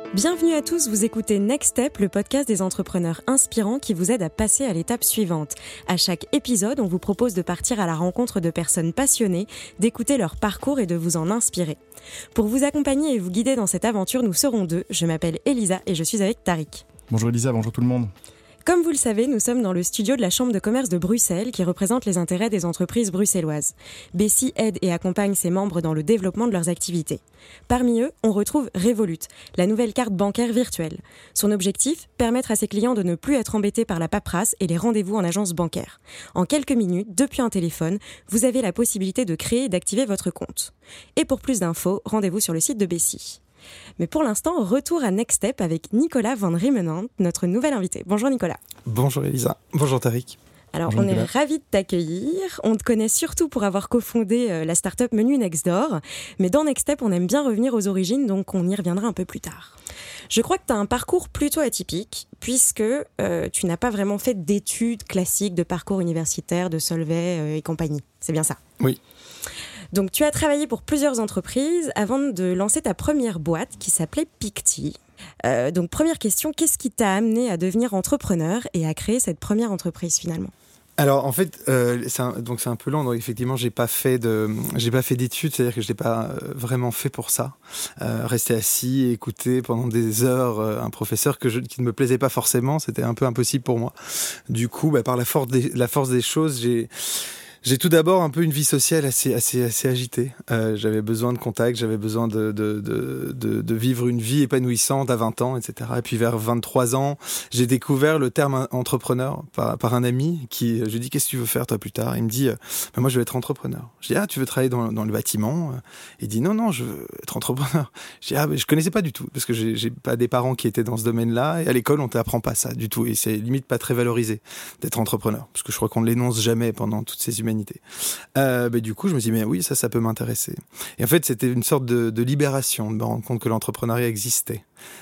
Bienvenue à tous, vous écoutez Next Step, le podcast des entrepreneurs inspirants qui vous aide à passer à l'étape suivante. À chaque épisode, on vous propose de partir à la rencontre de personnes passionnées, d'écouter leur parcours et de vous en inspirer. Pour vous accompagner et vous guider dans cette aventure, nous serons deux. Je m'appelle Elisa et je suis avec Tariq. Bonjour Elisa, bonjour tout le monde. Comme vous le savez, nous sommes dans le studio de la Chambre de commerce de Bruxelles qui représente les intérêts des entreprises bruxelloises. Bessie aide et accompagne ses membres dans le développement de leurs activités. Parmi eux, on retrouve Revolut, la nouvelle carte bancaire virtuelle. Son objectif, permettre à ses clients de ne plus être embêtés par la paperasse et les rendez-vous en agence bancaire. En quelques minutes, depuis un téléphone, vous avez la possibilité de créer et d'activer votre compte. Et pour plus d'infos, rendez-vous sur le site de Bessie. Mais pour l'instant, retour à Next Step avec Nicolas van Riemenant, notre nouvel invité. Bonjour Nicolas. Bonjour Elisa. Bonjour Tariq. Alors, bonjour on Nicolas. est ravis de t'accueillir. On te connaît surtout pour avoir cofondé la start-up Menu Next Door. Mais dans Next Step, on aime bien revenir aux origines, donc on y reviendra un peu plus tard. Je crois que tu as un parcours plutôt atypique, puisque tu n'as pas vraiment fait d'études classiques de parcours universitaire, de Solvay et compagnie. C'est bien ça ? Oui. Donc, tu as travaillé pour plusieurs entreprises avant de lancer ta première boîte qui s'appelait Picti. Donc, première question, qu'est-ce qui t'a amené à devenir entrepreneur et à créer cette première entreprise finalement ? Alors en fait, c'est un peu long. Donc effectivement, j'ai pas fait d'études, c'est-à-dire que je l'ai pas vraiment fait pour ça. Rester assis et écouter pendant des heures un professeur qui ne me plaisait pas forcément, c'était un peu impossible pour moi. Du coup, par la force des choses, j'ai tout d'abord un peu une vie sociale assez agitée. J'avais besoin de contacts, j'avais besoin de vivre une vie épanouissante à 20 ans, etc. Et puis vers 23 ans, j'ai découvert le terme entrepreneur par un ami qui, je lui dis, qu'est-ce que tu veux faire toi plus tard ? Il me dit, moi je veux être entrepreneur. Je dis, tu veux travailler dans le bâtiment ? Il dit, non, je veux être entrepreneur. Je dis, mais je connaissais pas du tout, parce que j'ai pas des parents qui étaient dans ce domaine-là, et à l'école on t'apprend pas ça du tout, et c'est limite pas très valorisé d'être entrepreneur, parce que je crois qu'on ne l'énonce jamais pendant toutes ces humanités. Du coup, je me suis dit, mais oui, ça peut m'intéresser. Et en fait, c'était une sorte de libération, de me rendre compte que l'entrepreneuriat existait.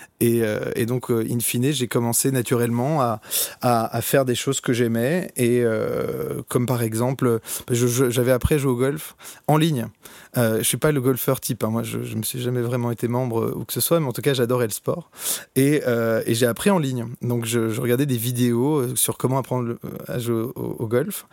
Et donc, in fine, j'ai commencé naturellement à faire des choses que j'aimais. Et comme par exemple, j'avais appris à jouer au golf en ligne. Je suis pas le golfeur type. Moi, je me suis jamais vraiment été membre ou que ce soit, mais en tout cas, j'adorais le sport. Et j'ai appris en ligne. Donc, je regardais des vidéos sur comment apprendre à jouer au golf.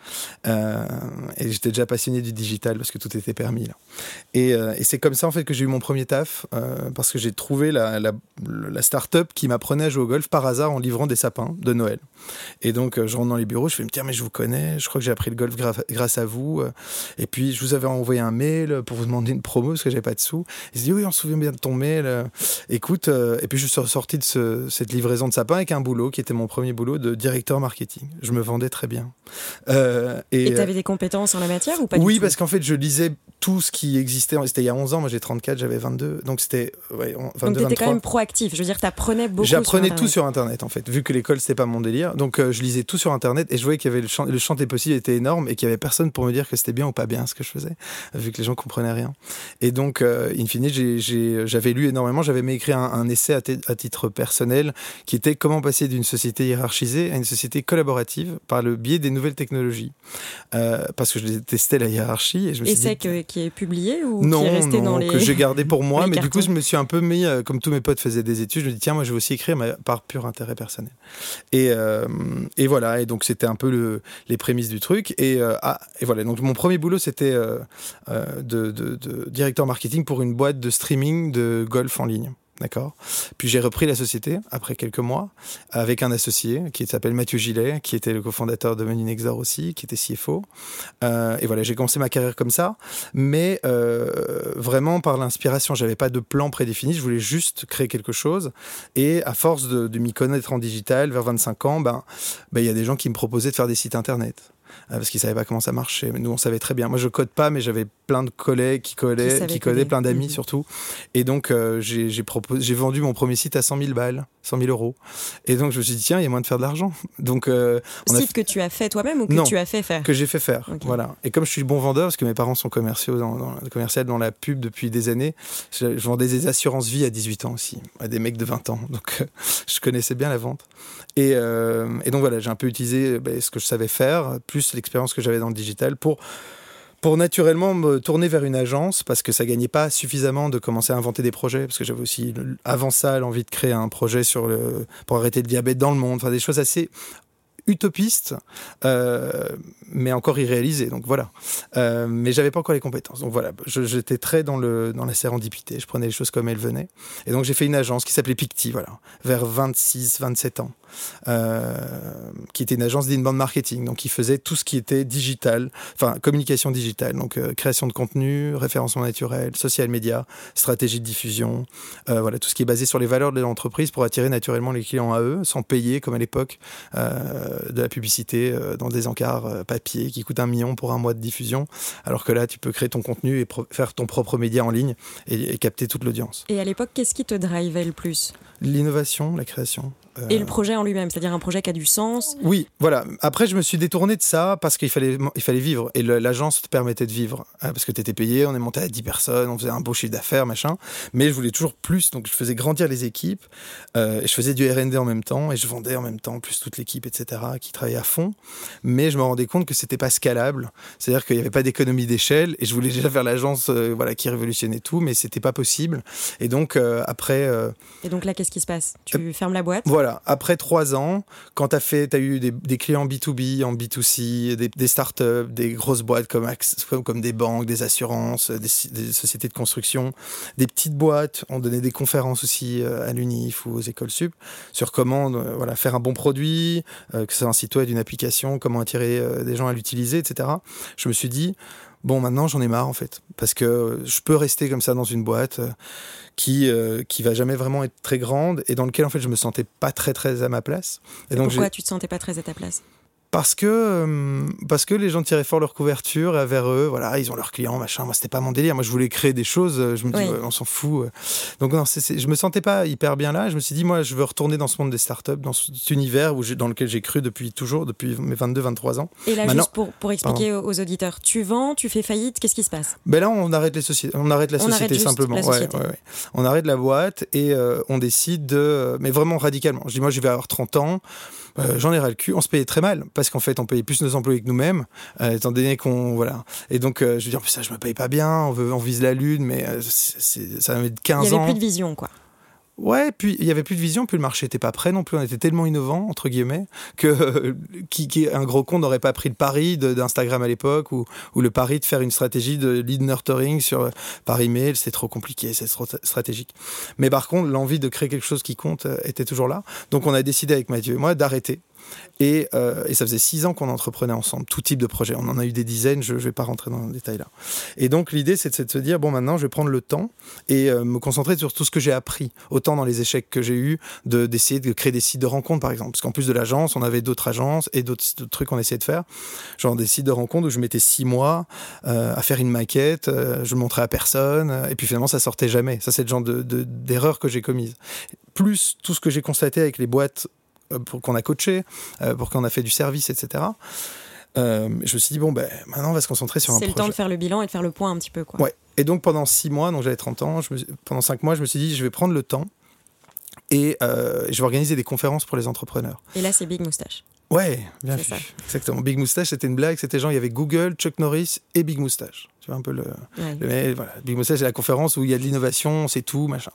Et j'étais déjà passionné du digital parce que tout était permis là. Et c'est comme ça en fait que j'ai eu mon premier taf parce que j'ai trouvé la start-up qui m'apprenait à jouer au golf par hasard en livrant des sapins de Noël. Et donc je rentre dans les bureaux, je fais tiens mais je vous connais, je crois que j'ai appris le golf grâce à vous. Et puis je vous avais envoyé un mail pour vous demander une promo parce que j'avais pas de sous. Ils se disent oui on se souvient bien de ton mail. Écoute et puis je suis sorti de cette livraison de sapins avec un boulot qui était mon premier boulot de directeur marketing. Je me vendais très bien. Et tu avais des compétences en la matière ou pas du tout ? Oui, parce qu'en fait, je lisais tout ce qui existait. C'était il y a 11 ans, moi j'ai 34, j'avais 22. Donc c'était 22, donc tu étais 23. quand même proactif. Je veux dire, tu apprenais beaucoup J'apprenais sur tout sur Internet, en fait. Vu que l'école, c'était pas mon délire. Donc je lisais tout sur Internet et je voyais qu'il y avait le champ des possibles était énorme et qu'il y avait personne pour me dire que c'était bien ou pas bien ce que je faisais, vu que les gens comprenaient rien. Et donc, in fine, j'avais lu énormément. J'avais même écrit un essai à titre personnel qui était comment passer d'une société hiérarchisée à une société collaborative par le biais des nouvelles technologies. Parce que je détestais la hiérarchie. Et je me suis dit, qui est publié ou non, qui est resté dans les... que j'ai gardé pour moi. Mais cartons. du coup, je me suis un peu mis, comme tous mes potes faisaient des études, je me dis tiens, moi je vais aussi écrire mais par pur intérêt personnel. Et voilà, et donc c'était un peu les prémices du truc. Et voilà, donc mon premier boulot c'était de directeur marketing pour une boîte de streaming de golf en ligne. D'accord. Puis j'ai repris la société après quelques mois avec un associé qui s'appelle Mathieu Gillet, qui était le cofondateur de Menu Next Door aussi, qui était CFO. Et voilà, j'ai commencé ma carrière comme ça, mais vraiment par l'inspiration. J'avais pas de plan prédéfini, je voulais juste créer quelque chose. Et à force de m'y connaître en digital, vers 25 ans, y a des gens qui me proposaient de faire des sites internet. Parce qu'ils ne savaient pas comment ça marchait. Mais nous, on savait très bien. Moi, je ne code pas, mais j'avais plein de collègues qui codaient, plein d'amis surtout. Et donc, j'ai vendu mon premier site à 100 000 balles, 100 000 euros. Et donc, je me suis dit, tiens, il y a moyen de faire de l'argent. Donc, site que tu as fait toi-même ou que tu as fait faire ? Que j'ai fait faire, okay. Voilà. Et comme je suis bon vendeur, parce que mes parents sont commerciaux commercial dans la pub depuis des années, je vendais des assurances vie à 18 ans aussi, à des mecs de 20 ans. Donc, je connaissais bien la vente. Et donc, voilà, j'ai un peu utilisé ce que je savais faire, plus l'expérience que j'avais dans le digital pour pour naturellement me tourner vers une agence, parce que ça gagnait pas suffisamment de commencer à inventer des projets, parce que j'avais aussi, avant ça, l'envie de créer un projet pour arrêter le diabète dans le monde, enfin des choses assez utopiste, mais encore irréalisé. Donc voilà. Mais j'avais pas encore les compétences. Donc voilà, j'étais très dans la sérendipité. Je prenais les choses comme elles venaient. Et donc j'ai fait une agence qui s'appelait Picti, voilà, vers 26, 27 ans, qui était une agence d'inbound marketing, donc qui faisait tout ce qui était digital, enfin communication digitale, donc création de contenu, référencement naturel, social media, stratégie de diffusion, voilà, tout ce qui est basé sur les valeurs de l'entreprise pour attirer naturellement les clients à eux, sans payer comme à l'époque. De la publicité dans des encarts papier qui coûtent 1 million pour un mois de diffusion, alors que là tu peux créer ton contenu et faire ton propre média en ligne et capter toute l'audience. Et à l'époque, qu'est-ce qui te drivait le plus ? L'innovation, la création. Et le projet en lui-même, c'est-à-dire un projet qui a du sens. Oui, voilà. Après, je me suis détourné de ça parce qu'il fallait vivre. Et l'agence te permettait de vivre. Parce que tu étais payé, on est monté à 10 personnes, on faisait un beau chiffre d'affaires, machin. Mais je voulais toujours plus, donc je faisais grandir les équipes. Et je faisais du R&D en même temps, et je vendais en même temps, plus toute l'équipe, etc., qui travaillait à fond. Mais je me rendais compte que c'était pas scalable. C'est-à-dire qu'il n'y avait pas d'économie d'échelle. Et je voulais déjà faire l'agence voilà, qui révolutionnait tout, mais c'était pas possible. Et donc, après... Et donc là, qu'est-ce qui se passe ? Tu fermes la boîte ? Voilà. Après 3 ans, quand tu as eu des clients B2B, en B2C, des startups, des grosses boîtes comme des banques, des assurances, des sociétés de construction, des petites boîtes, on donnait des conférences aussi à l'UNIF ou aux écoles sup sur comment voilà, faire un bon produit, que ce soit un site web, une application, comment attirer des gens à l'utiliser, etc. Je me suis dit, bon, maintenant j'en ai marre en fait, parce que je peux rester comme ça dans une boîte qui va jamais vraiment être très grande et dans lequel en fait je me sentais pas très très à ma place. Et donc pourquoi tu te sentais pas très à ta place ? Parce que les gens tiraient fort leur couverture vers eux, voilà, ils ont leurs clients, machin. Moi, c'était pas mon délire. Moi, je voulais créer des choses. Je me dis, on s'en fout. Donc non, je me sentais pas hyper bien là. Je me suis dit, moi, je veux retourner dans ce monde des startups, dans cet univers dans lequel j'ai cru depuis mes 22-23 ans. Et là, juste pour expliquer aux auditeurs, tu vends, tu fais faillite, qu'est-ce qui se passe ? Ben là, on arrête la société simplement. Ouais. On arrête la boîte et on décide mais vraiment radicalement. Je dis, moi, je vais avoir 30 ans. J'en ai ras le cul. On se payait très mal parce qu'en fait on payait plus nos employés que nous-mêmes étant donné qu'on voilà, et donc je veux dire, ça je me paye pas bien, on vise la lune, mais ça va mettre 15 ans. Il y avait plus de vision, quoi. Ouais, puis il y avait plus de vision, puis le marché était pas prêt non plus. On était tellement innovants entre guillemets que un gros con n'aurait pas pris le pari d'Instagram à l'époque ou le pari de faire une stratégie de lead nurturing par email. C'est trop compliqué, c'est trop stratégique. Mais par contre, l'envie de créer quelque chose qui compte était toujours là. Donc on a décidé avec Mathieu et moi d'arrêter. Et ça faisait 6 ans qu'on entreprenait ensemble, tout type de projet. On en a eu des dizaines, je ne vais pas rentrer dans le détail là. Et donc l'idée, c'est de se dire, bon, maintenant, je vais prendre le temps et me concentrer sur tout ce que j'ai appris, autant dans les échecs que j'ai eus, d'essayer de créer des sites de rencontres, par exemple. Parce qu'en plus de l'agence, on avait d'autres agences et d'autres trucs qu'on essayait de faire, genre des sites de rencontres où je mettais 6 mois à faire une maquette, je le montrais à personne, et puis finalement, ça sortait jamais. Ça, c'est le genre d'erreur que j'ai commise. Plus tout ce que j'ai constaté avec les boîtes pour qu'on a coaché, pour qu'on a fait du service, etc. Je me suis dit, bon, maintenant, on va se concentrer sur un projet. C'est le temps de faire le bilan et de faire le point un petit peu, quoi. Ouais. Et donc, pendant 6 mois, donc j'avais 30 ans, pendant 5 mois, je me suis dit, je vais prendre le temps et je vais organiser des conférences pour les entrepreneurs. Et là, c'est Big Moustache. Ouais, bien vu. Exactement. Big Moustache, c'était une blague. C'était genre, il y avait Google, Chuck Norris et Big Moustache. Tu vois un peu voilà. Big Moustache, c'est la conférence où il y a de l'innovation, c'est tout, machin.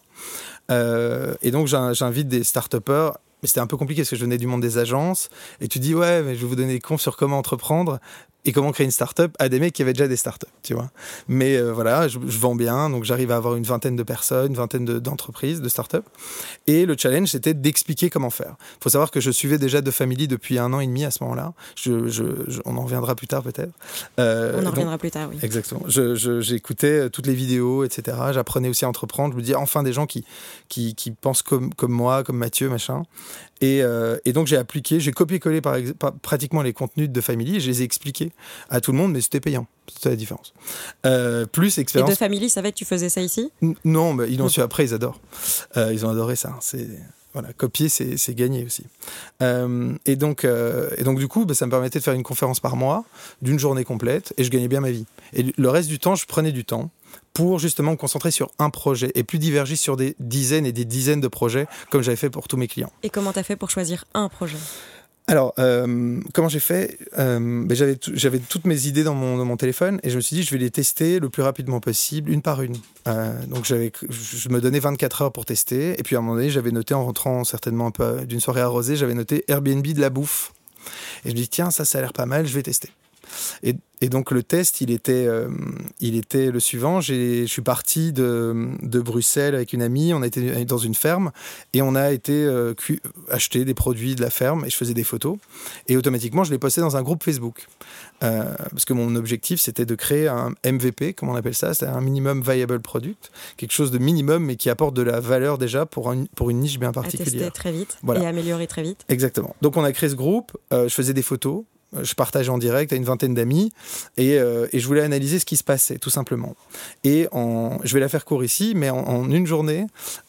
Et donc, j'invite des start-upers. Mais c'était un peu compliqué parce que je venais du monde des agences. Et tu dis, ouais, mais je vais vous donner des confs sur comment entreprendre et comment créer une start-up à des mecs qui avaient déjà des start-up, tu vois. Mais voilà, je vends bien, donc j'arrive à avoir une vingtaine de personnes, une vingtaine d'entreprises, de start-up. Et le challenge, c'était d'expliquer comment faire. Il faut savoir que je suivais déjà The Family depuis 1 an et demi à ce moment-là. On en reviendra plus tard peut-être. On en reviendra plus tard, oui. Exactement. J'écoutais toutes les vidéos, etc. J'apprenais aussi à entreprendre. Je me disais, enfin, des gens qui pensent comme moi, comme Mathieu, machin. Et donc j'ai copié-collé pratiquement les contenus de Family et je les ai expliqués à tout le monde, mais c'était payant. C'était la différence. Plus expérience. Et de Family savait que tu faisais ça ici ? Non, mais ils l'ont su après, ils adorent. Ils ont adoré ça. Voilà, copier, c'est gagner aussi. Et donc du coup, ça me permettait de faire une conférence par mois, d'une journée complète, et je gagnais bien ma vie. Et le reste du temps, je prenais du temps pour justement me concentrer sur un projet et plus diverger sur des dizaines et des dizaines de projets, comme j'avais fait pour tous mes clients. Et comment tu as fait pour choisir un projet ? Alors, comment j'ai fait? J'avais toutes mes idées dans mon téléphone et je me suis dit, je vais les tester le plus rapidement possible, une par une. Donc, je me donnais 24 heures pour tester. Et puis, à un moment donné, j'avais noté, en rentrant certainement un peu d'une soirée arrosée, j'avais noté Airbnb de la bouffe. Et je me dis, tiens, ça a l'air pas mal, je vais tester. Et donc le test, il était le suivant. Je suis parti de Bruxelles avec une amie. On a été dans une ferme et on a été acheter des produits de la ferme et je faisais des photos. Et automatiquement, je les postais dans un groupe Facebook. Parce que mon objectif, c'était de créer un MVP, comme on appelle ça, c'est un minimum viable product, quelque chose de minimum mais qui apporte de la valeur déjà pour une niche bien particulière. À tester très vite voilà. Et améliorer très vite. Exactement. Donc on a créé ce groupe. Je faisais des photos. Je partageais en direct à une vingtaine d'amis et je voulais analyser ce qui se passait, tout simplement. Et je vais la faire court ici, mais en une journée,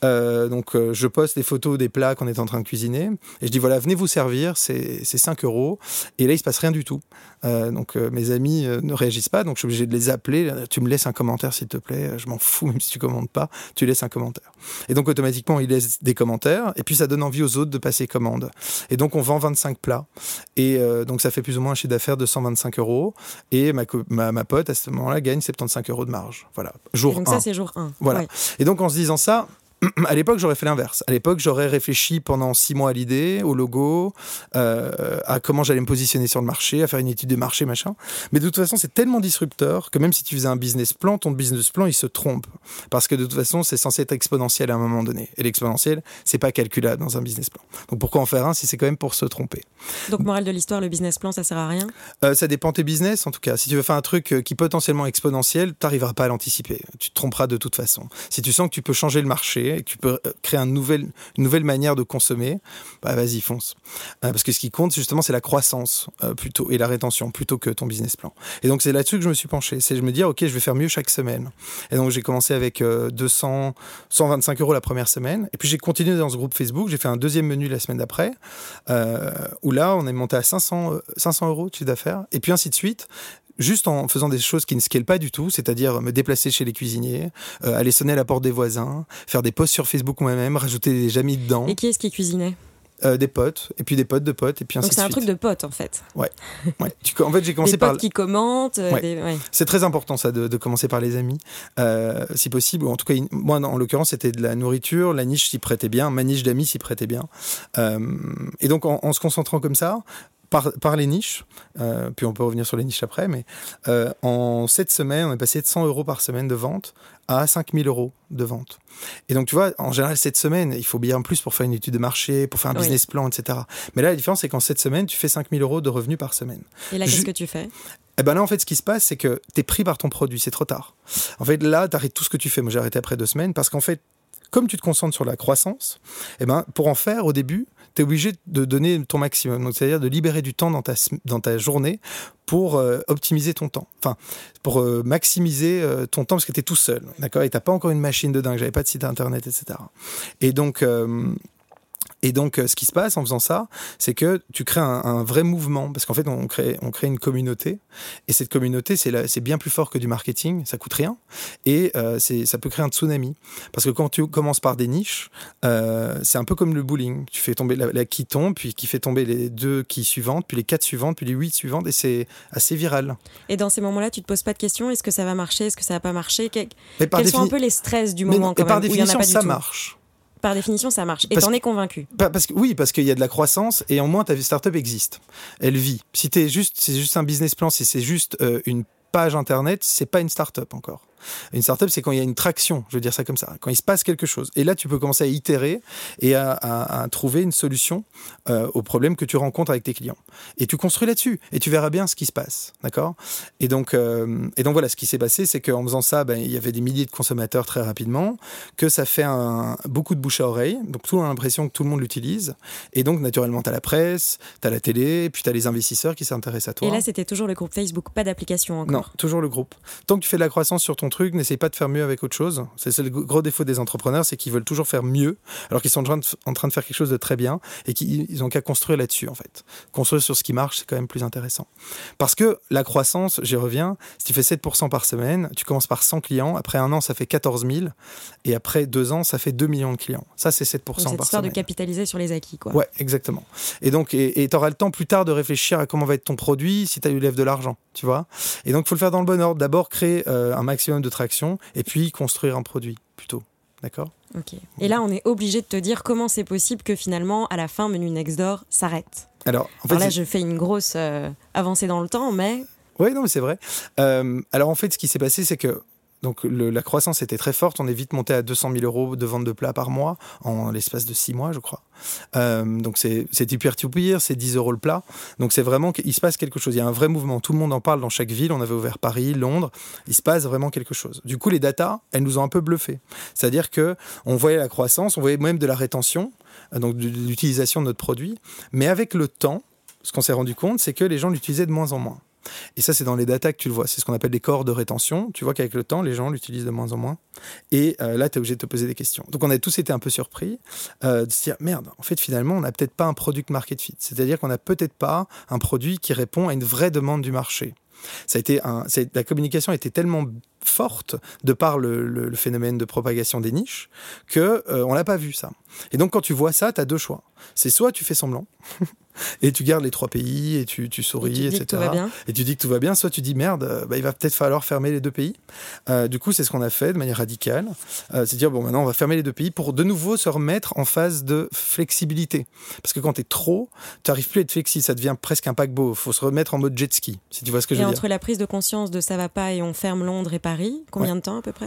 je poste des photos des plats qu'on est en train de cuisiner et je dis voilà, venez vous servir, c'est 5 €. Et là, il se passe rien du tout. Mes amis ne réagissent pas, donc je suis obligé de les appeler. Tu me laisses un commentaire, s'il te plaît. Je m'en fous, même si tu commandes pas, tu laisses un commentaire. Et donc automatiquement, ils laissent des commentaires et puis ça donne envie aux autres de passer commande. Et donc on vend 25 plats et donc ça fait plus ou moins un chiffre d'affaires de 125 € et ma pote à ce moment-là gagne 75 € de marge. Voilà, jour 1. Donc ça, c'est jour 1. Voilà. Ouais. Et donc en se disant ça, à l'époque, j'aurais fait l'inverse. À l'époque, j'aurais réfléchi pendant 6 mois à l'idée, au logo, à comment j'allais me positionner sur le marché, à faire une étude de marché, machin. Mais de toute façon, c'est tellement disrupteur que même si tu faisais un business plan, ton business plan, il se trompe. Parce que de toute façon, c'est censé être exponentiel à un moment donné. Et l'exponentiel, c'est pas calculable dans un business plan. Donc pourquoi en faire un si c'est quand même pour se tromper? Donc, morale de l'histoire, le business plan, ça sert à rien? Ça dépend de tes business, en tout cas. Si tu veux faire un truc qui est potentiellement exponentiel, tu n'arriveras pas à l'anticiper. Tu te tromperas de toute façon. Si tu sens que tu peux changer le marché et que tu peux créer une nouvelle manière de consommer, bah vas-y, fonce. Parce que ce qui compte, justement, c'est la croissance plutôt et la rétention, plutôt que ton business plan. Et donc, c'est là-dessus que je me suis penché. C'est je me dis, OK, je vais faire mieux chaque semaine. Et donc, j'ai commencé avec 125 € la première semaine. Et puis, j'ai continué dans ce groupe Facebook. J'ai fait un deuxième menu la semaine d'après, où là, on est monté à 500 € de chiffre d'affaires. Et puis, ainsi de suite. Juste en faisant des choses qui ne scalent pas du tout, c'est-à-dire me déplacer chez les cuisiniers, aller sonner à la porte des voisins, faire des posts sur Facebook moi-même, rajouter des amis dedans. Et qui est-ce qui cuisinait? Des potes, et puis des potes de potes, et puis ainsi de suite. Donc c'est un truc de potes, en fait. Ouais. En fait, j'ai commencé des par... potes qui commentent. C'est très important, ça, de commencer par les amis, si possible. Ou en tout cas, moi, en l'occurrence, c'était de la nourriture. La niche s'y prêtait bien. Ma niche d'amis s'y prêtait bien. Et donc, en se concentrant comme ça... Par les niches, puis on peut revenir sur les niches après, mais en 7 semaines, on est passé de 100 € par semaine de vente à 5 000 € de vente. Et donc, tu vois, en général, 7 semaines, il faut bien plus pour faire une étude de marché, pour faire un business plan, etc. Mais là, la différence, c'est qu'en 7 semaines, tu fais 5 000 € de revenus par semaine. Et là, qu'est-ce que tu fais? Eh ben là, en fait, ce qui se passe, c'est que tu es pris par ton produit, c'est trop tard. En fait, là, tu arrêtes tout ce que tu fais. Moi, j'ai arrêté après 2 semaines parce qu'en fait, comme tu te concentres sur la croissance, eh ben, pour en faire, au début, tu es obligé de donner ton maximum. Donc, c'est-à-dire de libérer du temps dans ta journée pour optimiser ton temps. Enfin, pour maximiser ton temps parce que tu es tout seul. D'accord? Et tu n'as pas encore une machine de dingue. J'avais pas de site internet, etc. Et donc... ce qui se passe en faisant ça, c'est que tu crées un vrai mouvement. Parce qu'en fait, on crée une communauté. Et cette communauté, c'est bien plus fort que du marketing. Ça coûte rien. Et ça peut créer un tsunami. Parce que quand tu commences par des niches, c'est un peu comme le bowling. Tu fais tomber la quille tombe, puis qui fait tomber les 2 quilles suivantes, puis les 4 suivantes, puis les 8 suivantes. Et c'est assez viral. Et dans ces moments-là, tu te poses pas de questions. Est-ce que ça va marcher? Est-ce que ça va pas marcher? Quels sont un peu les stress du moment quand même? Par définition, ça marche. Par définition, ça marche. Et t'en es convaincu? Parce qu'il y a de la croissance et au moins ta startup existe. Elle vit. Si c'est juste un business plan, si c'est juste une page internet, c'est pas une startup encore. Une startup, c'est quand il y a une traction, je veux dire ça comme ça, quand il se passe quelque chose. Et là, tu peux commencer à itérer et à trouver une solution aux problèmes que tu rencontres avec tes clients. Et tu construis là-dessus et tu verras bien ce qui se passe, d'accord ? Et donc voilà, ce qui s'est passé, c'est qu'en faisant ça, il y avait des milliers de consommateurs très rapidement, que ça fait beaucoup de bouche à oreille, donc tout le monde a l'impression que tout le monde l'utilise. Et donc, naturellement, tu as la presse, tu as la télé, puis tu as les investisseurs qui s'intéressent à toi. Et là, c'était toujours le groupe Facebook, pas d'application encore? Non, toujours le groupe. Tant que tu fais de la croissance sur ton ton truc, n'essaye pas de faire mieux avec autre chose. C'est le gros défaut des entrepreneurs, c'est qu'ils veulent toujours faire mieux, alors qu'ils sont en train de faire quelque chose de très bien et qu'ils ont qu'à construire là-dessus, en fait. Construire sur ce qui marche, c'est quand même plus intéressant. Parce que la croissance, j'y reviens, si tu fais 7% par semaine, tu commences par 100 clients, après 1 an, ça fait 14 000, et après 2 ans, ça fait 2 millions de clients. Ça, c'est 7% par semaine. C'est histoire de capitaliser sur les acquis, quoi. Ouais, exactement. Et donc, tu auras le temps plus tard de réfléchir à comment va être ton produit si tu lèves de l'argent, tu vois. Et donc, il faut le faire dans le bon ordre. D'abord, créer un maximum de traction et puis construire un produit plutôt. D'accord ? Ok. Et là, on est obligé de te dire comment c'est possible que finalement, à la fin, Menu Next Door s'arrête. Alors là, je fais une grosse avancée dans le temps, mais... Oui, non, mais c'est vrai. Alors en fait, ce qui s'est passé, c'est que donc la croissance était très forte. On est vite monté à 200 000 euros de vente de plats par mois en l'espace de 6 mois, je crois. Donc c'est peer-to-peer, c'est 10 euros le plat. Donc c'est vraiment qu'il se passe quelque chose. Il y a un vrai mouvement. Tout le monde en parle dans chaque ville. On avait ouvert Paris, Londres. Il se passe vraiment quelque chose. Du coup, les datas, elles nous ont un peu bluffés. C'est-à-dire que on voyait la croissance, on voyait même de la rétention, donc de l'utilisation de notre produit. Mais avec le temps, ce qu'on s'est rendu compte, c'est que les gens l'utilisaient de moins en moins. Et ça, c'est dans les datas que tu le vois. C'est ce qu'on appelle des cohortes de rétention. Tu vois qu'avec le temps, les gens l'utilisent de moins en moins. Et là, tu es obligé de te poser des questions. Donc, on a tous été un peu surpris de se dire, merde, en fait, finalement, on n'a peut-être pas un product market fit. C'est-à-dire qu'on n'a peut-être pas un produit qui répond à une vraie demande du marché. La communication était tellement forte de par le phénomène de propagation des niches qu'on l'a pas vu, ça. Et donc, quand tu vois ça, tu as 2 choix. C'est soit tu fais semblant et tu gardes les 3 pays et tu souris, et tu dis etc. Que tout va bien. Et tu dis que tout va bien, soit tu dis merde, il va peut-être falloir fermer les 2 pays. Du coup, c'est ce qu'on a fait de manière radicale. C'est dire, bon, maintenant, on va fermer les 2 pays pour de nouveau se remettre en phase de flexibilité. Parce que quand tu es trop, tu n'arrives plus à être flexible, ça devient presque un paquebot. Il faut se remettre en mode jet ski, si tu vois ce que je veux dire. Et entre la prise de conscience de ça va pas et on ferme Londres et Paris, combien de temps à peu près ?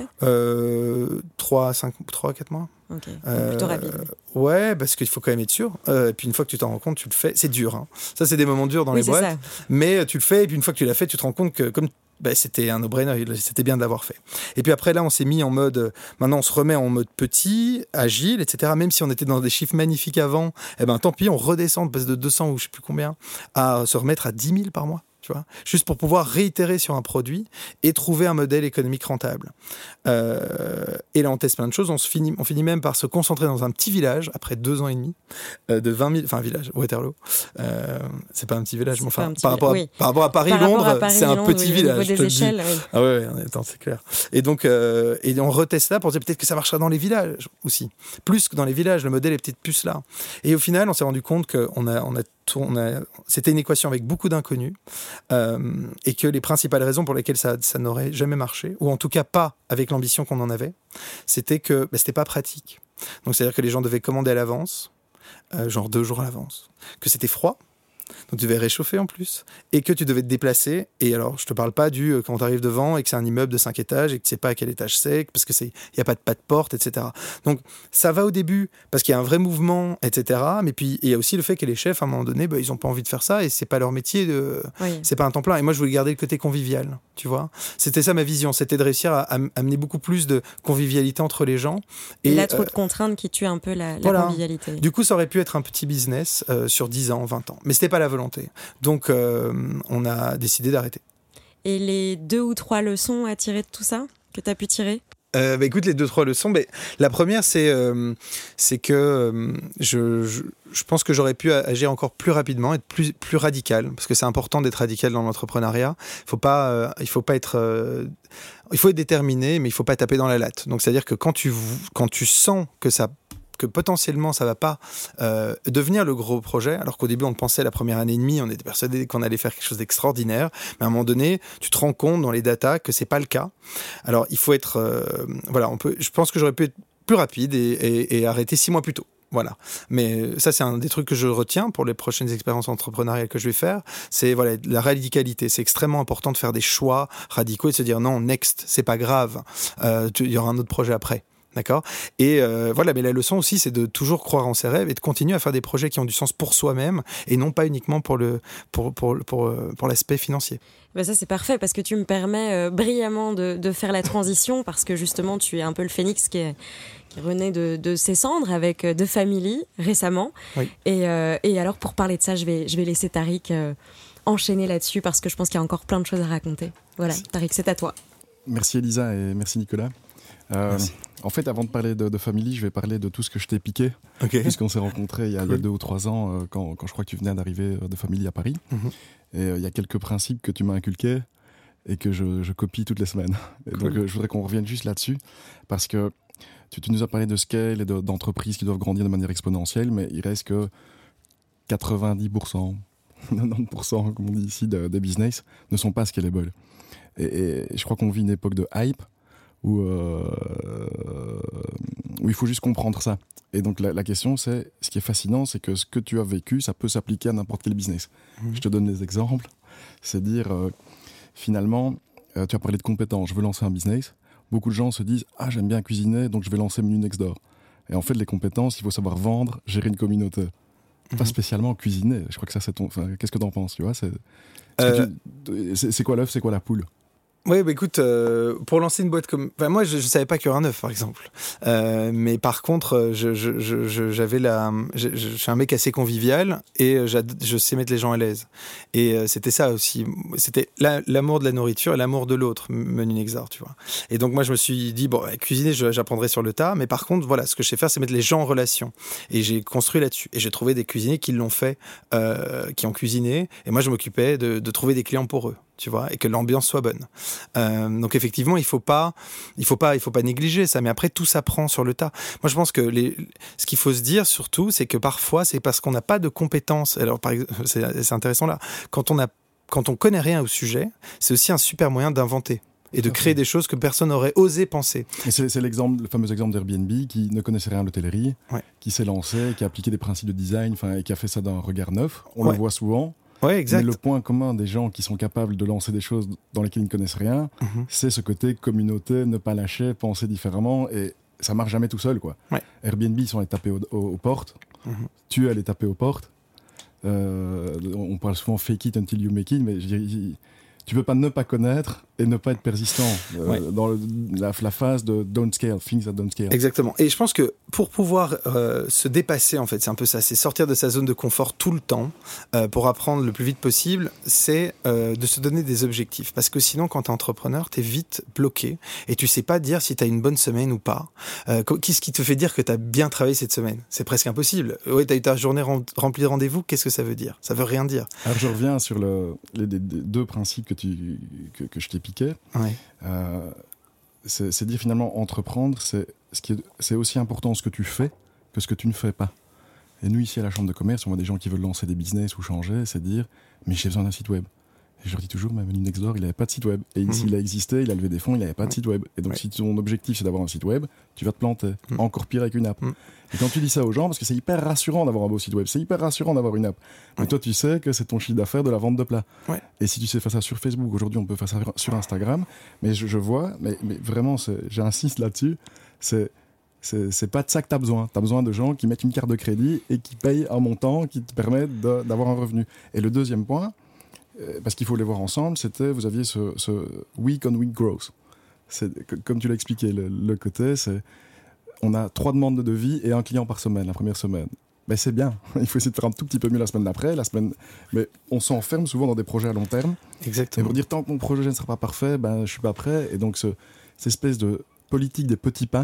3-4 mois. Ok, plutôt rapide. Ouais, parce qu'il faut quand même être sûr. Et puis une fois que tu t'en rends compte, tu le fais. C'est dur. Hein. Ça, c'est des moments durs dans les boîtes. Ça. Mais tu le fais, et puis une fois que tu l'as fait, tu te rends compte que comme c'était un no-brainer, c'était bien de l'avoir fait. Et puis après, là, on s'est mis en mode... maintenant, on se remet en mode petit, agile, etc. Même si on était dans des chiffres magnifiques avant, tant pis, on redescend, on passe de 200 ou je ne sais plus combien, à se remettre à 10 000 par mois. Tu vois, juste pour pouvoir réitérer sur un produit et trouver un modèle économique rentable. Et là, on teste plein de choses. On finit même par se concentrer dans un petit village, après 2 ans et demi, de 20 000... Enfin, un village, Waterloo. C'est pas un petit village, mais enfin, par rapport à Paris-Londres, c'est un petit village. Au niveau des échelles, oui. Ah ouais, attends, c'est clair. Et donc, et on reteste là pour dire peut-être que ça marchera dans les villages aussi. Plus que dans les villages, le modèle est peut-être plus là. Et au final, on s'est rendu compte c'était une équation avec beaucoup d'inconnus et que les principales raisons pour lesquelles ça n'aurait jamais marché, ou en tout cas pas avec l'ambition qu'on en avait, c'était que c'était pas pratique. Donc c'est-à-dire que les gens devaient commander à l'avance, genre 2 jours à l'avance, que c'était froid, donc tu devais réchauffer en plus, et que tu devais te déplacer. Et alors, je te parle pas quand tu arrives devant et que c'est un immeuble de 5 étages et que tu sais pas à quel étage c'est, parce que il y a pas de porte, etc. Donc ça va au début parce qu'il y a un vrai mouvement, etc. Mais puis il y a aussi le fait que les chefs, à un moment donné, ils ont pas envie de faire ça et c'est pas leur métier, c'est pas un temps plein. Et moi, je voulais garder le côté convivial, tu vois. C'était ça ma vision, c'était de réussir à amener beaucoup plus de convivialité entre les gens. Et là, trop de contraintes qui tuent un peu la convivialité. Du coup, ça aurait pu être un petit business sur 10 ans, 20 ans. Mais c'était pas la volonté. Donc, on a décidé d'arrêter. Et les 2 ou 3 leçons à tirer de tout ça, que tu as pu tirer ? Écoute, les 2-3 leçons. La première, c'est que je pense que j'aurais pu agir encore plus rapidement, être plus radical, parce que c'est important d'être radical dans l'entrepreneuriat. Il faut être déterminé, mais il ne faut pas taper dans la latte. Donc, c'est-à-dire que quand tu sens que potentiellement ça va pas devenir le gros projet, alors qu'au début on pensait la première année et demie, on était persuadé qu'on allait faire quelque chose d'extraordinaire, mais à un moment donné tu te rends compte dans les datas que c'est pas le cas. Alors il faut être je pense que j'aurais pu être plus rapide et arrêter 6 mois plus tôt. Voilà. Mais ça, c'est un des trucs que je retiens pour les prochaines expériences entrepreneuriales que je vais faire. C'est la radicalité. C'est extrêmement important de faire des choix radicaux et de se dire non, next, c'est pas grave. Il y aura un autre projet après. D'accord ? Et mais la leçon aussi, c'est de toujours croire en ses rêves et de continuer à faire des projets qui ont du sens pour soi-même et non pas uniquement pour l'aspect financier. Ça, c'est parfait parce que tu me permets brillamment de faire la transition parce que justement, tu es un peu le phénix qui renaît de ses cendres avec The Family récemment. Oui. Et alors, pour parler de ça, je vais laisser Tariq enchaîner là-dessus parce que je pense qu'il y a encore plein de choses à raconter. Voilà, Tariq, c'est à toi. Merci Elisa et merci Nicolas. Merci. En fait, avant de parler de Family, je vais parler de tout ce que je t'ai piqué, puisqu'on s'est rencontrés il y a 2 ou 3 ans, quand je crois que tu venais d'arriver de Family à Paris. Et il y a quelques principes que tu m'as inculqués et que je copie toutes les semaines. Et donc, je voudrais qu'on revienne juste là-dessus, parce que tu nous as parlé de scale et d'entreprises qui doivent grandir de manière exponentielle, mais il reste que 90%, 90%, comme on dit ici, des business ne sont pas scalables. Et je crois qu'on vit une époque de hype où il faut juste comprendre ça. Et donc la question, c'est, ce qui est fascinant, c'est que ce que tu as vécu, ça peut s'appliquer à n'importe quel business. Je te donne des exemples. C'est dire, finalement, tu as parlé de compétences, je veux lancer un business. Beaucoup de gens se disent, j'aime bien cuisiner, donc je vais lancer Menu Next Door. Et en fait, les compétences, il faut savoir vendre, gérer une communauté. Pas spécialement cuisiner. Je crois que ça, c'est ton... Enfin, qu'est-ce que t'en penses, tu vois, c'est quoi l'œuf, c'est quoi la poule? Oui, bah écoute, pour lancer une boîte comme... Enfin, moi, je savais pas cuire un œuf, par exemple. Mais par contre, j'avais je suis un mec assez convivial et je sais mettre les gens à l'aise. Et c'était ça aussi. C'était l'amour de la nourriture et l'amour de l'autre, Menu Next Door, tu vois. Et donc, moi, je me suis dit, bon, cuisiner, j'apprendrai sur le tas. Mais par contre, voilà, ce que je sais faire, c'est mettre les gens en relation. Et j'ai construit là-dessus. Et j'ai trouvé des cuisiniers qui l'ont fait, qui ont cuisiné. Et moi, je m'occupais de trouver des clients pour eux, tu vois, et que l'ambiance soit bonne. Donc effectivement, il faut pas négliger ça. Mais après, tout s'apprend sur le tas. Moi, je pense que ce qu'il faut se dire surtout, c'est que parfois, c'est parce qu'on n'a pas de compétences. Alors, par exemple, c'est intéressant là. Quand on connaît rien au sujet, c'est aussi un super moyen d'inventer et de créer des choses que personne n'aurait osé penser. Et c'est le fameux exemple d'Airbnb qui ne connaissait rien à l'hôtellerie, qui s'est lancé, qui a appliqué des principes de design, et qui a fait ça d'un regard neuf. On le voit souvent. Ouais, exact. Mais le point commun des gens qui sont capables de lancer des choses dans lesquelles ils ne connaissent rien, c'est ce côté communauté, ne pas lâcher, penser différemment, et ça marche jamais tout seul, quoi. Airbnb, ils sont allés taper aux portes. Tu es allé taper aux portes. On parle souvent fake it until you make it, mais je dirais, tu peux pas ne pas connaître et ne pas être persistant dans la phase de don't scale, things that don't scale. Exactement. Et je pense que pour pouvoir se dépasser, en fait, c'est un peu ça, c'est sortir de sa zone de confort tout le temps pour apprendre le plus vite possible, c'est de se donner des objectifs. Parce que sinon, quand t'es entrepreneur, t'es vite bloqué et tu sais pas dire si t'as une bonne semaine ou pas. Qu'est-ce qui te fait dire que t'as bien travaillé cette semaine? C'est presque impossible. Ouais, t'as eu ta journée remplie de rendez-vous, qu'est-ce que ça veut dire? Ça veut rien dire. Alors je reviens sur les 2 principes que je t'ai piqué. C'est dire finalement entreprendre, c'est aussi important ce que tu fais que ce que tu ne fais pas. Et nous ici à la Chambre de commerce, on voit des gens qui veulent lancer des business ou changer, c'est dire mais j'ai besoin d'un site web. Et je leur dis toujours, mais Menu Next Door, il n'avait pas de site web. Et ici, il a existé, il a levé des fonds, il n'avait pas de site web. Et donc, si ton objectif, c'est d'avoir un site web, tu vas te planter. Encore pire avec une app. Et quand tu dis ça aux gens, parce que c'est hyper rassurant d'avoir un beau site web, c'est hyper rassurant d'avoir une app. Mais toi, tu sais que c'est ton chiffre d'affaires de la vente de plats. Et si tu sais faire ça sur Facebook, aujourd'hui, on peut faire ça sur Instagram. Mais je vois, mais vraiment, j'insiste là-dessus, c'est pas de ça que tu as besoin. Tu as besoin de gens qui mettent une carte de crédit et qui payent un montant qui te permet d'avoir un revenu. Et le deuxième point, parce qu'il faut les voir ensemble, vous aviez ce week on week growth. Comme tu l'as expliqué, le côté, c'est on a 3 demandes de devis et 1 client par semaine, la première semaine. Ben c'est bien, il faut essayer de faire un tout petit peu mieux la semaine d'après, mais on s'enferme souvent dans des projets à long terme. Exactement. Et pour dire, tant que mon projet ne sera pas parfait, ben je suis pas prêt. Et donc cette espèce de politique des petits pas,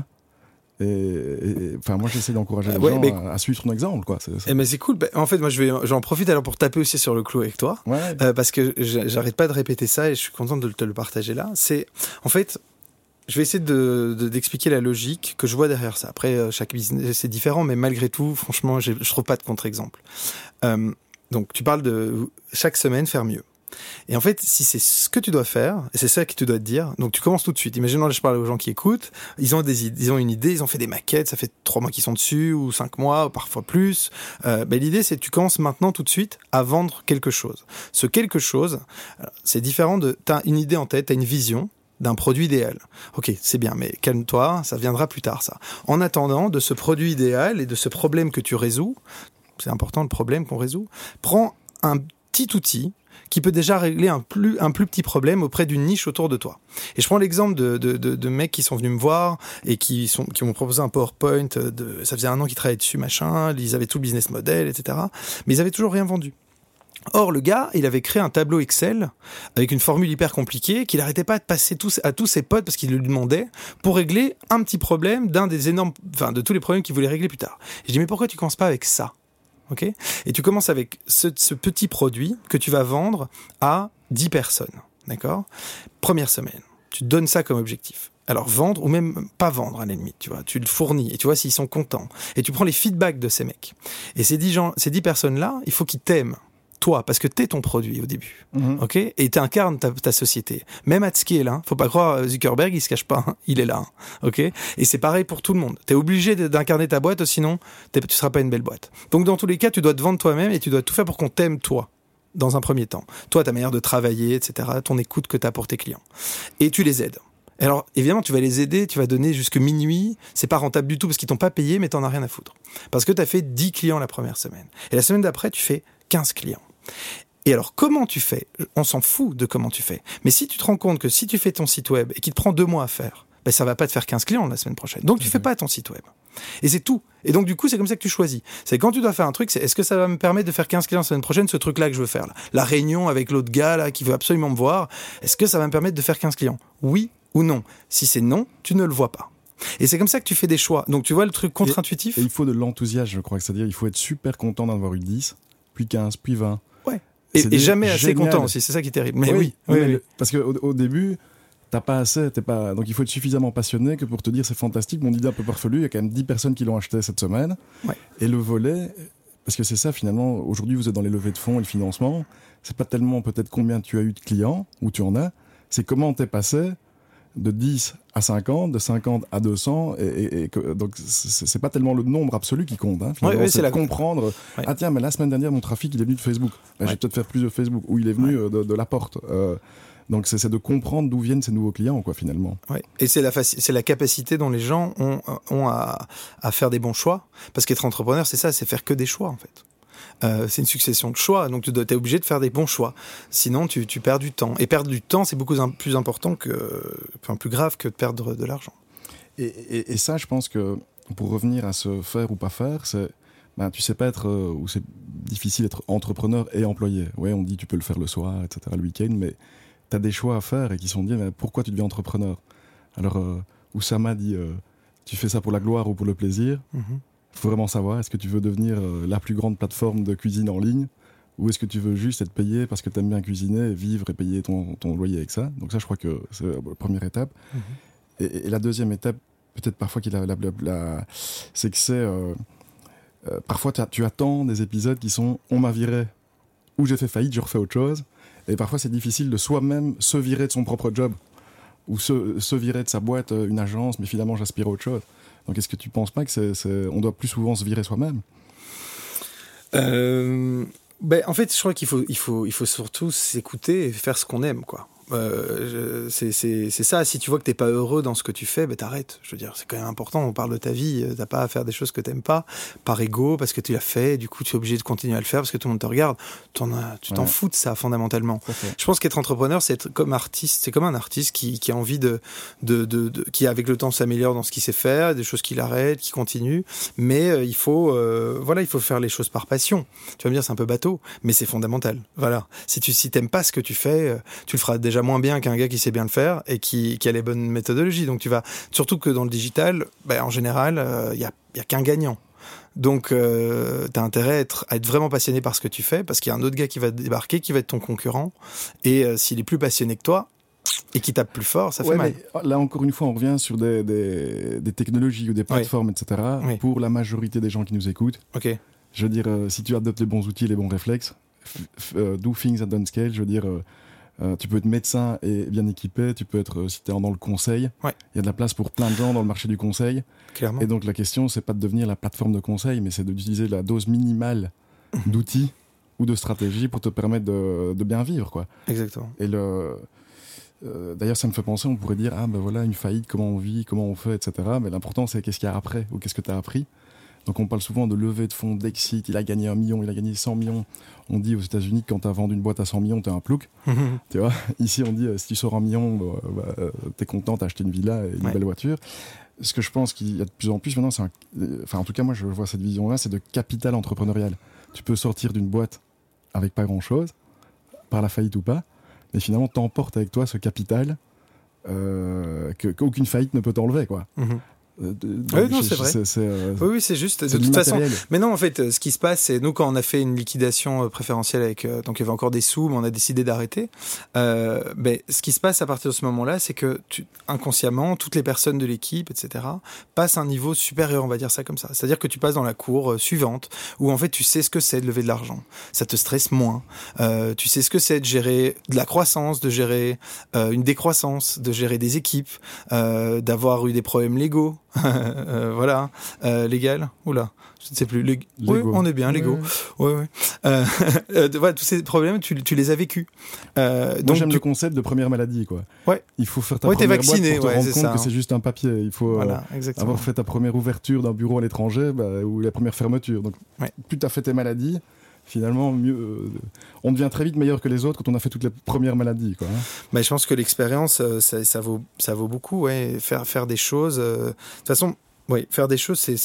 enfin moi j'essaie d'encourager les gens à suivre ton exemple, quoi. Mais c'est cool. En fait, moi j'en profite alors pour taper aussi sur le clou avec toi, parce que j'arrête pas de répéter ça et je suis content de te le partager là. C'est en fait, je vais essayer d'expliquer la logique que je vois derrière ça. Après, chaque business c'est différent, mais malgré tout, franchement, je trouve pas de contre-exemple. Donc tu parles de chaque semaine faire mieux. Et en fait, si c'est ce que tu dois faire, et c'est ça que tu dois te dire, donc tu commences tout de suite. Imaginons, je parle aux gens qui écoutent, ils ont une idée, ils ont fait des maquettes, ça fait 3 mois qu'ils sont dessus, ou 5 mois, ou parfois plus. L'idée, c'est que tu commences maintenant tout de suite à vendre quelque chose. Ce quelque chose, c'est différent t'as une idée en tête, t'as une vision d'un produit idéal. Ok, c'est bien, mais calme-toi, ça viendra plus tard, ça. En attendant, de ce produit idéal et de ce problème que tu résous, c'est important le problème qu'on résout, prends un petit outil qui peut déjà régler un plus petit problème auprès d'une niche autour de toi. Et je prends l'exemple de mecs qui sont venus me voir et qui m'ont proposé un PowerPoint ça faisait 1 an qu'ils travaillaient dessus, machin, ils avaient tout le business model, etc. Mais ils avaient toujours rien vendu. Or, le gars, il avait créé un tableau Excel avec une formule hyper compliquée qu'il n'arrêtait pas de passer à tous ses potes parce qu'il le demandait pour régler un petit problème de tous les problèmes qu'il voulait régler plus tard. Et je dis, mais pourquoi tu commences pas avec ça? Okay? Et tu commences avec ce petit produit que tu vas vendre à 10 personnes. D'accord? Première semaine. Tu te donnes ça comme objectif. Alors vendre ou même pas vendre à la limite, tu vois, tu le fournis et tu vois s'ils sont contents. Et tu prends les feedbacks de ces mecs. Et ces 10 personnes-là, il faut qu'ils t'aiment. Toi, parce que t'es ton produit au début, ok? Et t'incarnes ta société. Même at scale, hein. Faut pas croire Zuckerberg, il se cache pas, hein. Il est là, hein. Ok? Et c'est pareil pour tout le monde. T'es obligé d'incarner ta boîte, sinon tu seras pas une belle boîte. Donc dans tous les cas, tu dois te vendre toi-même et tu dois tout faire pour qu'on t'aime toi, dans un premier temps. Toi, ta manière de travailler, etc., ton écoute que t'as pour tes clients. Et tu les aides. Alors, évidemment, tu vas les aider, tu vas donner jusque minuit. C'est pas rentable du tout parce qu'ils t'ont pas payé, mais t'en as rien à foutre. Parce que t'as fait 10 clients la première semaine. Et la semaine d'après, tu fais 15 clients. Et alors, comment tu fais? On s'en fout de comment tu fais. Mais si tu te rends compte que si tu fais ton site web et qu'il te prend 2 mois à faire, ben ça va pas te faire 15 clients la semaine prochaine. Donc, tu fais pas ton site web. Et c'est tout. Et donc, du coup, c'est comme ça que tu choisis. C'est quand tu dois faire un truc, c'est est-ce que ça va me permettre de faire 15 clients la semaine prochaine, ce truc-là que je veux faire, là. La réunion avec l'autre gars, là, qui veut absolument me voir. Est-ce que ça va me permettre de faire 15 clients? Oui ou non? Si c'est non, tu ne le vois pas. Et c'est comme ça que tu fais des choix. Donc, tu vois le truc contre-intuitif? Et il faut de l'enthousiasme, je crois. C'est-à-dire, il faut être super content d'en avoir eu 10, puis 15, puis 20. Ouais. Et jamais assez génial. content aussi, c'est ça qui est terrible. Mais oui. Parce qu'au début, t'as pas assez, donc il faut être suffisamment passionné que pour te dire c'est fantastique, mon idée un peu farfelue, il y a quand même 10 personnes qui l'ont acheté cette semaine. Ouais. Et le volet, parce que c'est ça finalement, aujourd'hui vous êtes dans les levées de fonds et le financement, c'est pas tellement peut-être combien tu as eu de clients, ou tu en as, c'est comment t'es passé de 10 à 50, de 50 à 200, donc c'est pas tellement le nombre absolu qui compte, hein, finalement, c'est comprendre, ah tiens, mais la semaine dernière, mon trafic, il est venu de Facebook, je vais peut-être faire plus de Facebook, ou il est venu de la porte, donc c'est de comprendre d'où viennent ces nouveaux clients, quoi, finalement. Ouais. Et c'est la capacité dont les gens ont à faire des bons choix, parce qu'être entrepreneur, c'est ça, c'est faire que des choix, en fait. C'est une succession de choix, donc tu es obligé de faire des bons choix. Sinon, tu perds du temps. Et perdre du temps, c'est beaucoup plus important plus grave que de perdre de l'argent. Et ça, je pense que pour revenir à se faire ou pas faire, c'est, tu sais pas être, ou c'est difficile d'être entrepreneur et employé. Ouais, on dit tu peux le faire le soir, etc., le week-end, mais tu as des choix à faire et qui sont dit, mais pourquoi tu deviens entrepreneur? Alors, Oussama dit, tu fais ça pour la gloire ou pour le plaisir? Il faut vraiment savoir, est-ce que tu veux devenir la plus grande plateforme de cuisine en ligne, ou est-ce que tu veux juste être payé parce que tu aimes bien cuisiner, vivre et payer ton loyer avec ça? Donc ça, je crois que c'est la première étape. Et la deuxième étape, peut-être parfois, c'est que c'est... parfois, tu attends des épisodes qui sont « on m'a viré » ou « j'ai fait faillite, je refais autre chose ». Et parfois, c'est difficile de soi-même se virer de son propre job, ou se virer de sa boîte, une agence, mais finalement, j'aspire à autre chose. Donc, est-ce que tu ne penses pas on doit plus souvent se virer soi-même? En fait, je crois qu'il faut surtout s'écouter et faire ce qu'on aime, quoi. C'est ça. Si tu vois que t'es pas heureux dans ce que tu fais, t'arrêtes. Je veux dire, c'est quand même important. On parle de ta vie. T'as pas à faire des choses que t'aimes pas par ego, parce que tu l'as fait. Du coup, tu es obligé de continuer à le faire parce que tout le monde te regarde. Tu t'en fous de ça fondamentalement. Je pense qu'être entrepreneur, c'est être comme artiste. C'est comme un artiste qui a envie qui avec le temps s'améliore dans ce qu'il sait faire, des choses qu'il arrête, qui continue. Mais il faut faire les choses par passion. Tu vas me dire, c'est un peu bateau, mais c'est fondamental. Voilà. Si t'aimes pas ce que tu fais, tu le feras déjà moins bien qu'un gars qui sait bien le faire et qui a les bonnes méthodologies. Donc surtout que dans le digital, en général, il y a qu'un gagnant. Donc t'as intérêt à être vraiment passionné par ce que tu fais, parce qu'il y a un autre gars qui va débarquer, qui va être ton concurrent, et s'il est plus passionné que toi et qui tape plus fort, ça fait mal. Là encore une fois, on revient sur des technologies ou des plateformes, etc. Pour la majorité des gens qui nous écoutent. Okay. Je veux dire, si tu adoptes les bons outils et les bons réflexes, do things at don't scale, je veux dire... tu peux être médecin et bien équipé, tu peux être, si tu es dans le conseil, il y a de la place pour plein de gens dans le marché du conseil. Clairement. Et donc la question, c'est pas de devenir la plateforme de conseil, mais c'est d'utiliser la dose minimale d'outils ou de stratégies pour te permettre de bien vivre, quoi. Exactement. Et d'ailleurs, ça me fait penser, on pourrait dire, voilà, une faillite, comment on vit, comment on fait, etc. Mais l'important, c'est qu'est-ce qu'il y a après, ou qu'est-ce que tu as appris. Donc on parle souvent de levée de fonds, d'exit, il a gagné 1 million, il a gagné 100 millions. On dit aux États-Unis que quand tu as vendu une boîte à 100 millions, tu es un plouk. Tu vois, ici on dit si tu sors 1 million, tu es content, tu as acheté une villa et une belle voiture. Ce que je pense qu'il y a de plus en plus maintenant, en tout cas moi je vois cette vision-là, c'est de capital entrepreneurial. Tu peux sortir d'une boîte avec pas grand-chose, par la faillite ou pas, mais finalement t'emportes avec toi ce capital qu'aucune faillite ne peut t'enlever, quoi. Oui, non, c'est vrai. Oui, c'est juste. De toute façon. Mais non, en fait, ce qui se passe, c'est nous, quand on a fait une liquidation préférentielle avec. Donc, il y avait encore des sous, mais on a décidé d'arrêter. Mais ce qui se passe à partir de ce moment-là, c'est que inconsciemment, toutes les personnes de l'équipe, etc., passent à un niveau supérieur, on va dire ça comme ça. C'est-à-dire que tu passes dans la cour suivante, où en fait, tu sais ce que c'est de lever de l'argent. Ça te stresse moins. Tu sais ce que c'est de gérer de la croissance, de gérer une décroissance, de gérer des équipes, d'avoir eu des problèmes légaux. Voilà, légal. Oula, je ne sais plus. Oui, on est bien, Lego. Ouais. Voilà, tous ces problèmes, tu les as vécus. Moi, j'aime le concept de première maladie, quoi. Ouais. Il faut faire ta première vacciné, boîte pour te rendre compte ça, que c'est juste un papier. Il faut avoir fait ta première ouverture d'un bureau à l'étranger, ou la première fermeture. Donc, plus tu as fait tes maladies, finalement, mieux, on devient très vite meilleur que les autres quand on a fait toutes les premières maladies, quoi. Mais je pense que l'expérience, ça vaut beaucoup, ouais. Faire des choses. De toute façon, faire des choses, c'est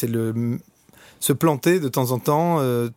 se planter de temps en temps.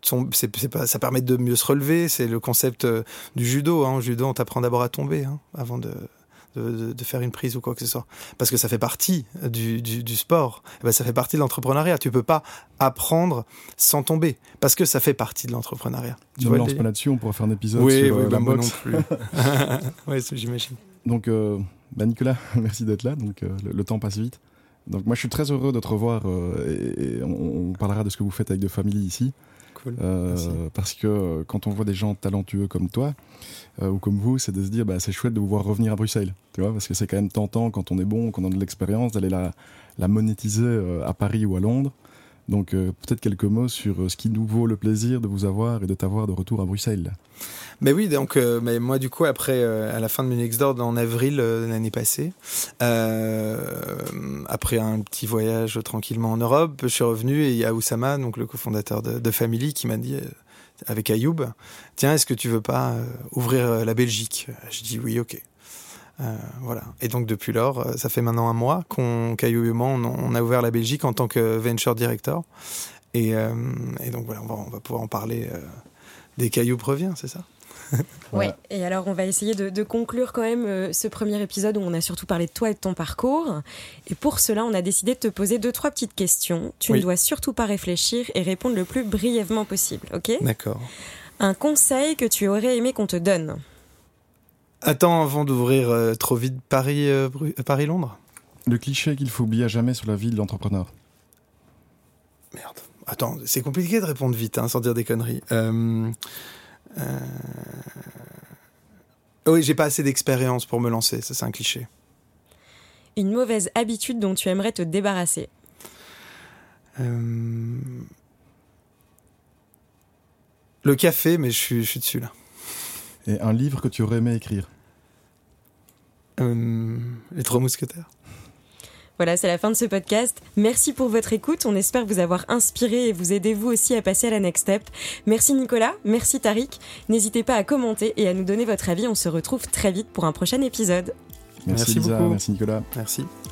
Ça permet de mieux se relever. C'est le concept du judo. Au judo, on t'apprend d'abord à tomber avant de faire une prise ou quoi que ce soit. Parce que ça fait partie du sport. Et ça fait partie de l'entrepreneuriat. Tu peux pas apprendre sans tomber. Parce que ça fait partie de l'entrepreneuriat. Tu ne lance pas là-dessus, on pourra faire un épisode sur la moi boxe. non plus. Oui, j'imagine. Donc, Nicolas, merci d'être là. Donc, le temps passe vite. Donc, moi, je suis très heureux de te revoir et on parlera de ce que vous faites avec The Family ici. Cool. Parce que quand on voit des gens talentueux comme toi, ou comme vous, c'est de se dire c'est chouette de vous voir revenir à Bruxelles, tu vois, parce que c'est quand même tentant quand on est bon, qu'on a de l'expérience, d'aller la monétiser à Paris ou à Londres. Donc peut-être quelques mots sur ce qui nous vaut le plaisir de vous avoir et de t'avoir de retour à Bruxelles. Mais oui, donc mais moi du coup après à la fin de Munich d'Or en avril l'année passée, après un petit voyage tranquillement en Europe, je suis revenu et il y a Oussama, donc le cofondateur de Family, qui m'a dit avec Ayoub, tiens, est-ce que tu veux pas ouvrir la Belgique ? Je dis oui, ok. Voilà. Et donc depuis lors, ça fait maintenant un mois qu'Ayoub et moi on a ouvert la Belgique en tant que venture director. Et donc voilà, on va pouvoir en parler dès qu'Ayoub revient, c'est ça ? Ouais. Et alors on va essayer de conclure quand même ce premier épisode où on a surtout parlé de toi et de ton parcours. Et pour cela, on a décidé de te poser 2-3 petites questions. Tu ne dois surtout pas réfléchir et répondre le plus brièvement possible, ok ? D'accord. Un conseil que tu aurais aimé qu'on te donne ? Attends, avant d'ouvrir trop vite Paris-Londres ? Le cliché qu'il faut oublier à jamais sur la vie de l'entrepreneur. Merde. Attends, c'est compliqué de répondre vite, sans dire des conneries. Oui, j'ai pas assez d'expérience pour me lancer, ça c'est un cliché. Une mauvaise habitude dont tu aimerais te débarrasser ? Le café, mais je suis dessus là. Et un livre que tu aurais aimé écrire ? Les 3 mousquetaires. Voilà, c'est la fin de ce podcast. Merci pour votre écoute. On espère vous avoir inspiré et vous aider vous aussi à passer à la next step. Merci Nicolas, merci Tariq. N'hésitez pas à commenter et à nous donner votre avis. On se retrouve très vite pour un prochain épisode. Merci Lisa, beaucoup. Merci Nicolas. Merci.